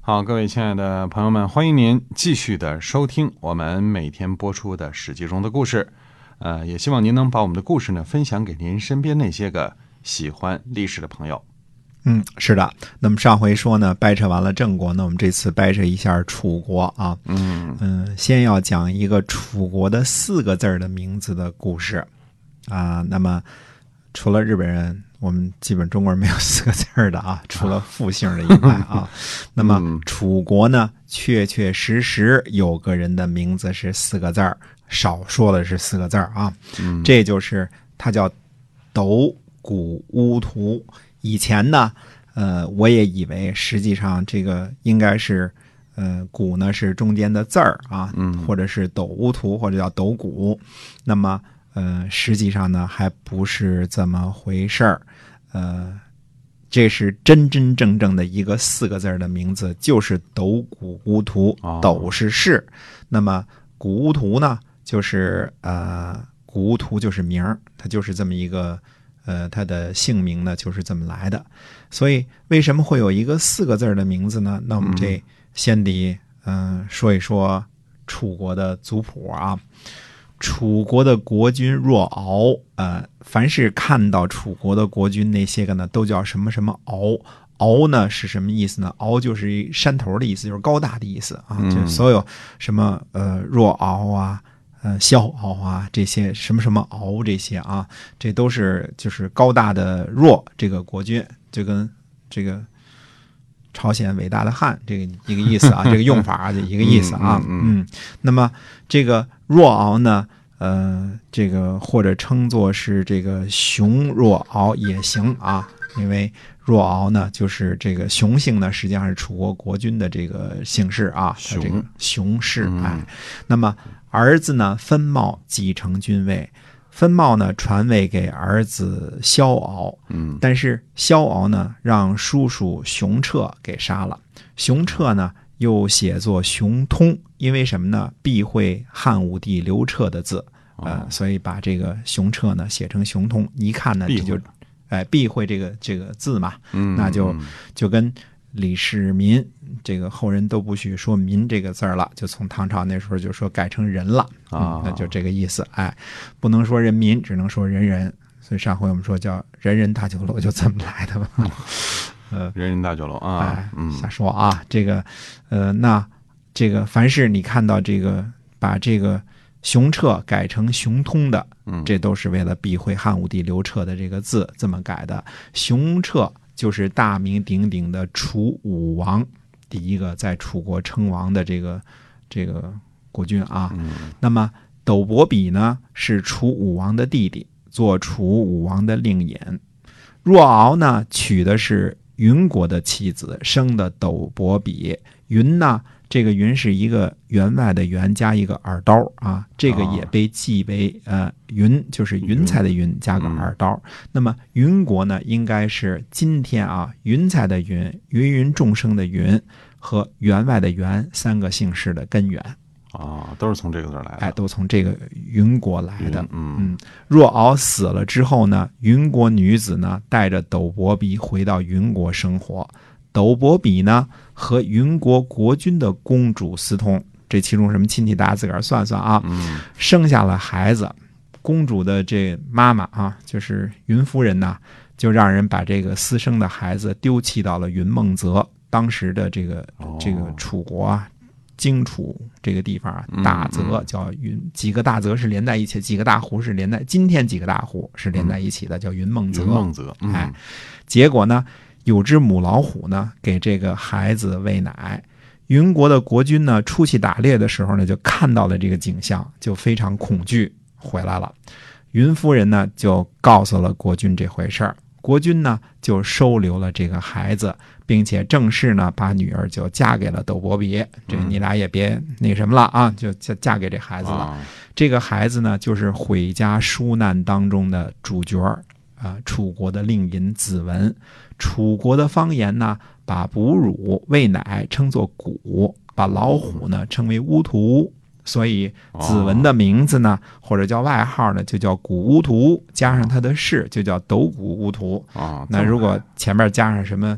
好，各位亲爱的朋友们，欢迎您继续的收听我们每天播出的史记中的故事。也希望您能把我们的故事呢分享给您身边那些个喜欢历史的朋友。 是的。那么上回说呢，掰扯完了郑国呢，我们这次掰扯一下楚国啊。先要讲一个楚国的4个字的名字的故事啊。那么除了日本人，我们基本中国人没有4个字的啊，除了复姓的以外啊。那么楚国呢，确确实实有个人的名字是4个字，少说的是4个字啊。这就是他叫斗谷乌图。以前呢，我也以为实际上这个应该是，谷呢是中间的字儿啊，或者是斗乌图，或者叫斗谷。那么，实际上呢还不是这么回事儿。这是真真正正的一个4个字的名字，就是斗谷乌图。斗是氏，那么谷乌图呢，就是谷乌图就是名儿，它就是这么一个。他的姓名呢就是这么来的。所以为什么会有一个4个字的名字呢？那我们这先得说一说楚国的族谱啊。楚国的国君若敖，凡是看到楚国的国君那些个呢都叫什么什么敖。敖呢是什么意思呢？敖就是山头的意思，就是高大的意思啊。就所有什么若敖啊，萧敖啊，这些什么什么敖这些啊，这都是就是高大的若这个国君，就跟这个朝鲜伟大的汉这个一个意思啊，这个用法就一个意思啊。那么这个若敖呢，这个或者称作是这个熊若敖也行啊，因为若敖呢就是这个熊姓呢，实际上是楚国国君的这个姓氏啊，这个熊氏。那么儿子呢分茂继承君位，分茂呢传位给儿子萧敖。但是萧敖呢让叔叔熊彻给杀了，熊彻呢又写作熊通，因为什么呢？避讳汉武帝刘彻的字，所以把这个熊彻呢写成熊通。一看呢，这就避讳这个字嘛，那就跟李世民这个后人都不许说民这个字了，就从唐朝那时候就说改成人了那就这个意思。不能说人民，只能说人人。所以上回我们说叫人人大酒楼，就这么来的吧。 人人大酒楼啊， 瞎说啊。这个那这个凡是你看到这个把这个熊彻改成熊通的，这都是为了避讳汉武帝刘彻的这个字这么改的。熊彻就是大名鼎鼎的楚武王，第一个在楚国称王的这个国君啊。那么斗伯比呢是楚武王的弟弟，做楚武王的令尹。若敖呢娶的是云国的妻子，生的斗伯比。云呢，这个云是一个员外的员加一个耳刀啊，这个也被记为云，就是云彩的云加个耳刀。那么云国呢，应该是今天啊云彩的云、芸芸众生的云和员外的员3个姓氏的根源都是从这个字来的。 都从这个云国来的。若敖死了之后呢，云国女子呢带着斗伯比回到云国生活。斗伯比呢和云国国君的公主私通，这其中什么亲戚大家自个儿算算啊。生下了孩子，公主的这妈妈啊，就是云夫人呢，就让人把这个私生的孩子丢弃到了云梦泽。当时的这个楚国啊，荆楚这个地方啊，大泽叫云，几个大泽是连在一起，几个大湖是连在，今天几个大湖是连在一起的，叫云梦泽。结果呢，有只母老虎呢给这个孩子喂奶。云国的国君呢出去打猎的时候呢，就看到了这个景象，就非常恐惧回来了。云夫人呢就告诉了国君这回事儿，国君呢就收留了这个孩子，并且正式呢把女儿就嫁给了斗伯比。这你俩也别那什么了啊，就嫁给这孩子了。这个孩子呢就是毁家纾难当中的主角楚国的令尹子文。楚国的方言呢，把哺乳喂奶称作谷，把老虎呢称为乌图。所以子文的名字呢，或者叫外号呢，就叫谷乌图，加上他的氏就叫斗谷乌图。那如果前面加上什么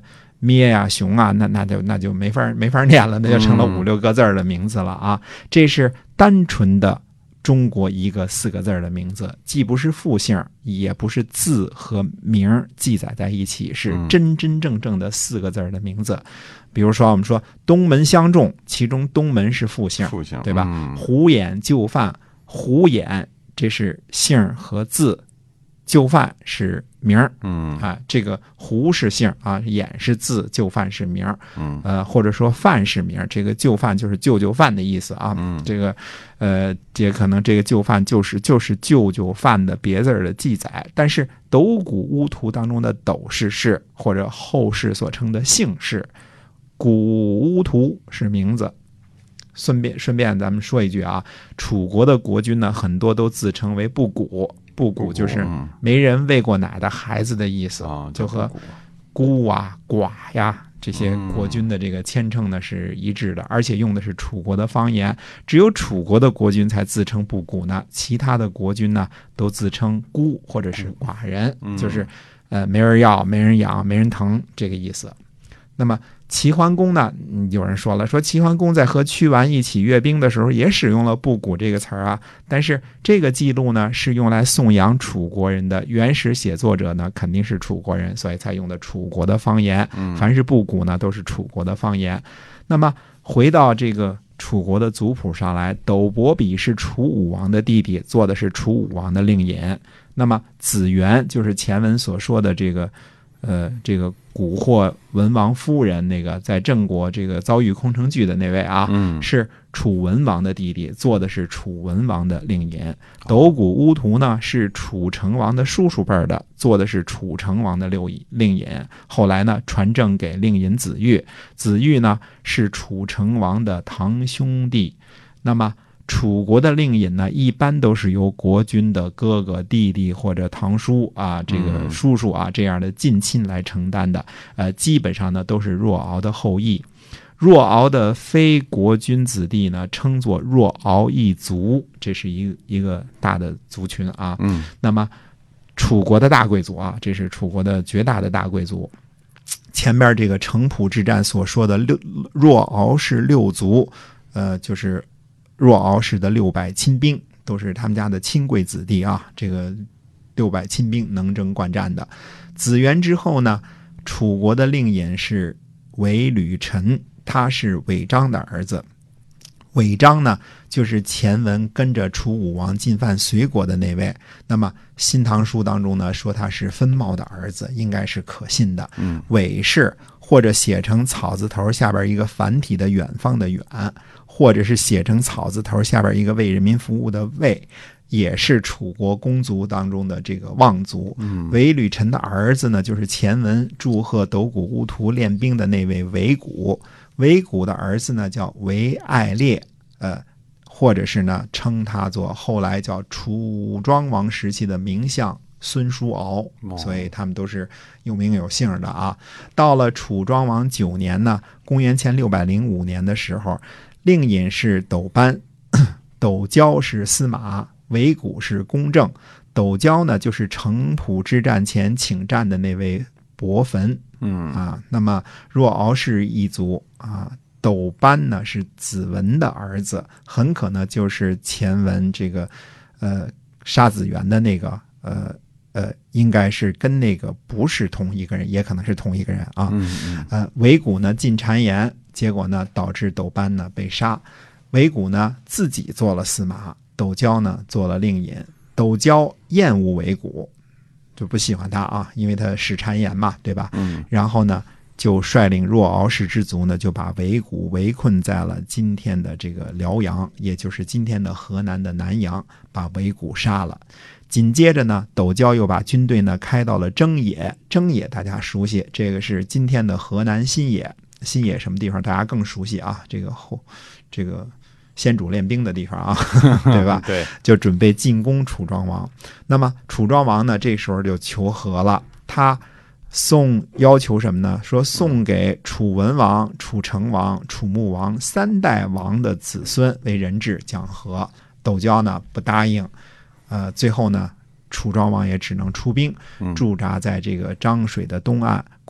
咩呀、熊啊，那就没法念了，那就成了5、6个字的名字了啊。这是单纯的中国一个4个字的名字，既不是复姓，也不是字和名记载在一起，是真正的4个字的名字。比如说我们说东门相中，其中东门是复姓，对吧？虎眼就范，虎眼这是姓和字，就范是名儿，这个胡是姓啊，眼是字，就范是名儿，或者说范是名儿，这个就范就是舅舅范的意思啊，这个也可能这个就范就是舅舅范的别字的记载，但是斗谷乌图当中的斗是氏，或者后世所称的姓氏，古乌图是名字。顺便咱们说一句啊，楚国的国君呢，很多都自称为不古，不古就是没人喂过奶的孩子的意思，就和孤啊、寡呀这些国君的这个谦称呢是一致的，而且用的是楚国的方言，只有楚国的国君才自称不古呢，其他的国君呢都自称孤或者是寡人，就是没人要、没人养、没人疼这个意思。那么齐桓公呢，有人说了，说齐桓公在和屈完一起阅兵的时候也使用了不古这个词儿啊，但是这个记录呢是用来颂扬楚国人的，原始写作者呢肯定是楚国人，所以才用的楚国的方言，凡是不古呢都是楚国的方言。那么回到这个楚国的族谱上来，斗伯比是楚武王的弟弟，做的是楚武王的令尹。那么子元就是前文所说的这个蛊惑文王夫人，那个在郑国这个遭遇空城计的那位啊，是楚文王的弟弟，做的是楚文王的令尹。斗谷乌图呢是楚成王的叔叔辈的，做的是楚成王的令尹。后来呢传正给令尹子玉，子玉呢是楚成王的堂兄弟。那么楚国的令尹呢，一般都是由国君的哥哥、弟弟或者堂叔啊，这个叔叔啊这样的近亲来承担的。基本上呢都是若敖的后裔。若敖的非国君子弟呢，称作若敖一族，这是一个大的族群啊。那么楚国的大贵族啊，这是楚国的绝大的大贵族。前边这个城濮之战所说的若敖氏6族，就是若敖氏的600亲兵，都是他们家的亲贵子弟啊。这个600亲兵能征惯战的。子元之后呢，楚国的令尹是韦吕臣，他是韦章的儿子。韦章呢，就是前文跟着楚武王进犯隋国的那位。那么《新唐书》当中呢，说他是分茂的儿子，应该是可信的。韦氏或者写成草字头下边一个繁体的远方的远，或者是写成草字头下边一个为人民服务的为，也是楚国公族当中的这个望族。韦吕臣的儿子呢，就是前文祝贺斗谷乌图练兵的那位韦谷。韦谷的儿子呢叫韦爱烈，或者是呢称他做后来叫楚庄王时期的名相孙叔敖，所以他们都是有名有姓的啊。到了楚庄王9年呢，公元前605年的时候，令尹是斗班，斗椒是司马，韦谷是公正。斗椒呢就是城濮之战前请战的那位伯坟。那么若敖氏一族啊，斗班呢是子文的儿子，很可能就是前文这个杀子元的那个应该是跟那个不是同一个人，也可能是同一个人啊。韦谷呢进谗言，结果呢导致斗班呢被杀。韦谷呢自己做了司马，斗椒呢做了令尹。斗椒厌恶韦谷，就不喜欢他啊，因为他使谗言嘛，对吧？然后呢就率领若敖氏之族呢，就把韦谷围困在了今天的这个辽阳，也就是今天的河南的南阳，把韦谷杀了。紧接着呢，斗椒又把军队呢开到了征野。征野大家熟悉，这个是今天的河南新野。新野什么地方大家更熟悉啊？这个先主练兵的地方啊，对吧？ 对， 就准备进攻楚庄王。那么楚庄王呢，这时候就求和了，他要求什么呢？说送给楚文王、楚成王、楚穆王3代王的子孙为人质讲和。斗椒呢不答应，最后呢楚庄王也只能出兵驻扎在这个漳水的东岸，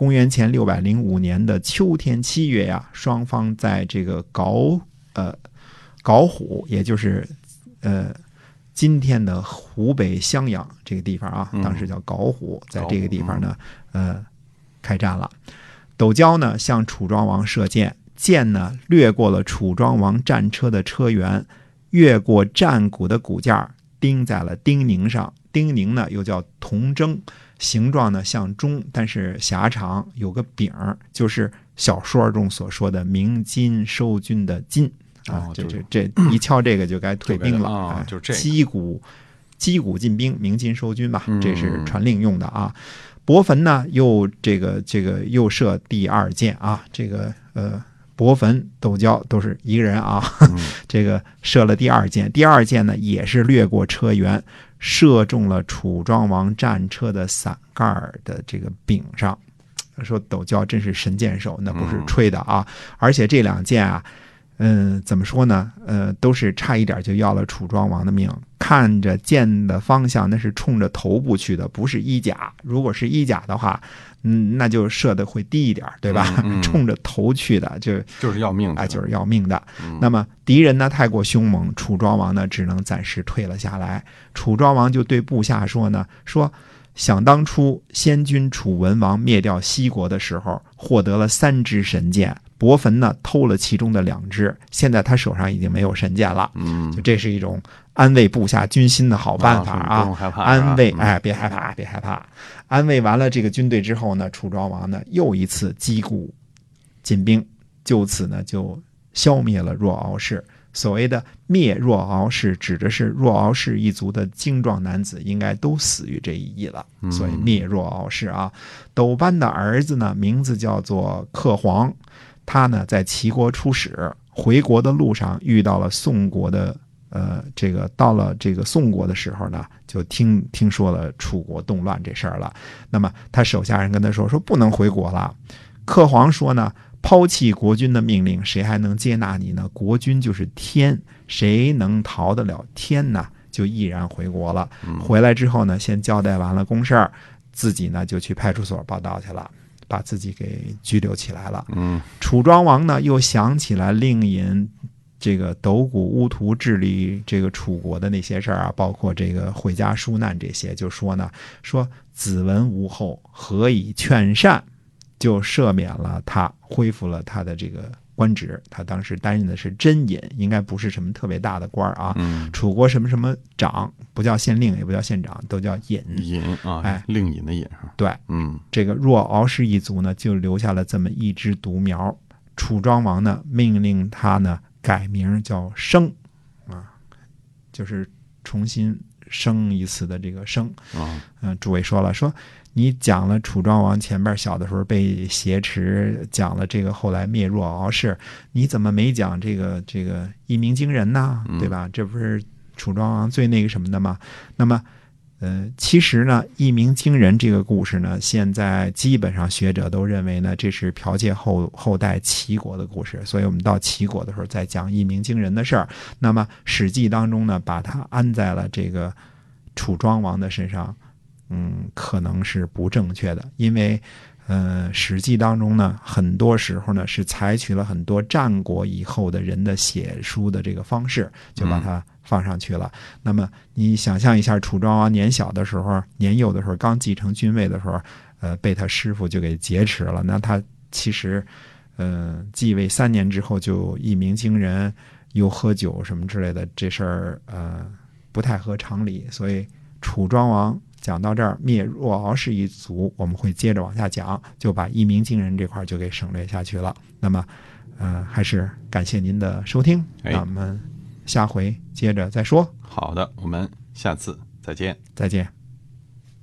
公元前605年的秋天7月呀，双方在这个皋虎，也就是今天的湖北襄阳这个地方啊，当时叫皋虎，在这个地方呢，开战了。斗椒呢向楚庄王射箭，箭呢掠过了楚庄王战车的车辕，越过战鼓的骨架，钉在了钉耘上。钉耘呢又叫铜筝，形状呢像钟，但是狭长，有个柄，就是小说中所说的鸣金收军的金啊。这一敲这个就该退兵了， 就这击鼓进兵，鸣金收军嘛，这是传令用的啊。伯坟呢又又射第二箭啊，伯坟、斗椒都是一个人啊，这个射了第二箭，第二箭呢也是掠过车辕，射中了楚庄王战车的伞盖的这个柄上。说斗椒真是神箭手，那不是吹的啊！而且这两箭啊，怎么说呢？都是差一点就要了楚庄王的命。看着箭的方向，那是冲着头部去的，不是衣甲。如果是衣甲的话，那就射的会低一点，对吧？冲着头去的， 就是要命的， 就是要命的。那么敌人呢太过凶猛，楚庄王呢只能暂时退了下来。楚庄王就对部下说呢，想当初先君楚文王灭掉西国的时候，获得了3支神箭，伯坟呢偷了其中的2支，现在他手上已经没有神箭了。就这是一种安慰部下军心的好办法啊！ 不用害怕， 安慰，别害怕，别害怕。安慰完了这个军队之后呢，楚庄王呢又一次击鼓进兵，就此呢就消灭了若敖氏。所谓的灭若敖氏，指的是若敖氏一族的精壮男子应该都死于这一役了，所以灭若敖氏啊。斗班的儿子呢，名字叫做克黄，他呢在齐国出使，回国的路上遇到了宋国的到了这个宋国的时候呢，就听说了楚国动乱这事儿了。那么他手下人跟他说不能回国了。克黄说呢，抛弃国君的命令，谁还能接纳你呢？国君就是天，谁能逃得了天呢？就毅然回国了。回来之后呢，先交代完了公事儿，自己呢就去派出所报道去了，把自己给拘留起来了。楚庄王呢又想起来令尹这个斗谷乌涂治理这个楚国的那些事儿啊，包括这个回家纾难这些，就说子文无后，何以劝善？就赦免了他，恢复了他的这个官职。他当时担任的是真尹，应该不是什么特别大的官啊。楚国什么长，不叫县令，也不叫县长，都叫尹。 尹啊，令尹的尹。 对，这个若敖氏一族呢，就留下了这么一枝独苗。楚庄王呢，命令他呢改名叫生啊，就是重新生一次的这个生。诸位说你讲了楚庄王前边小的时候被挟持，讲了这个后来灭若敖氏，你怎么没讲这个一鸣惊人呢？对吧？这不是楚庄王最那个什么的吗？那么其实呢，一鸣惊人这个故事呢，现在基本上学者都认为呢，这是剽窃后代齐国的故事，所以我们到齐国的时候再讲一鸣惊人的事儿。那么《史记》当中呢，把它安在了这个楚庄王的身上，可能是不正确的，因为史记当中呢，很多时候呢是采取了很多战国以后的人的写书的这个方式，就把它放上去了。那么你想象一下，楚庄王年幼的时候，刚继承君位的时候，被他师傅就给劫持了。那他其实继位3年之后就一鸣惊人，又喝酒什么之类的，这事儿不太合常理。所以楚庄王讲到这儿，灭若敖氏一族，我们会接着往下讲，就把一鸣惊人这块就给省略下去了。那么还是感谢您的收听，那我们下回接着再说。 好的，我们下次再见。 再见。